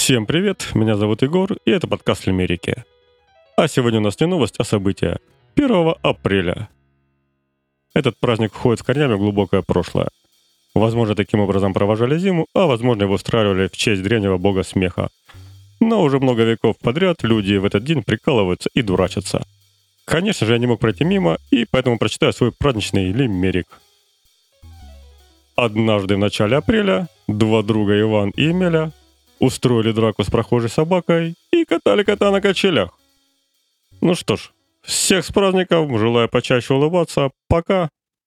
Всем привет, меня зовут Егор, и это подкаст «Лимерики». А сегодня у нас не новость, а событие. 1 апреля. Этот праздник входит с корнями в глубокое прошлое. Возможно, таким образом провожали зиму, а возможно, его устраивали в честь древнего бога смеха. Но уже много веков подряд люди в этот день прикалываются и дурачатся. Конечно же, я не мог пройти мимо, и поэтому прочитаю свой праздничный лимерик. Однажды в начале апреля два друга Иван и Емеля устроили драку с прохожей собакой и катали кота на качелях. Ну что ж, всех с праздником, желаю почаще улыбаться, пока.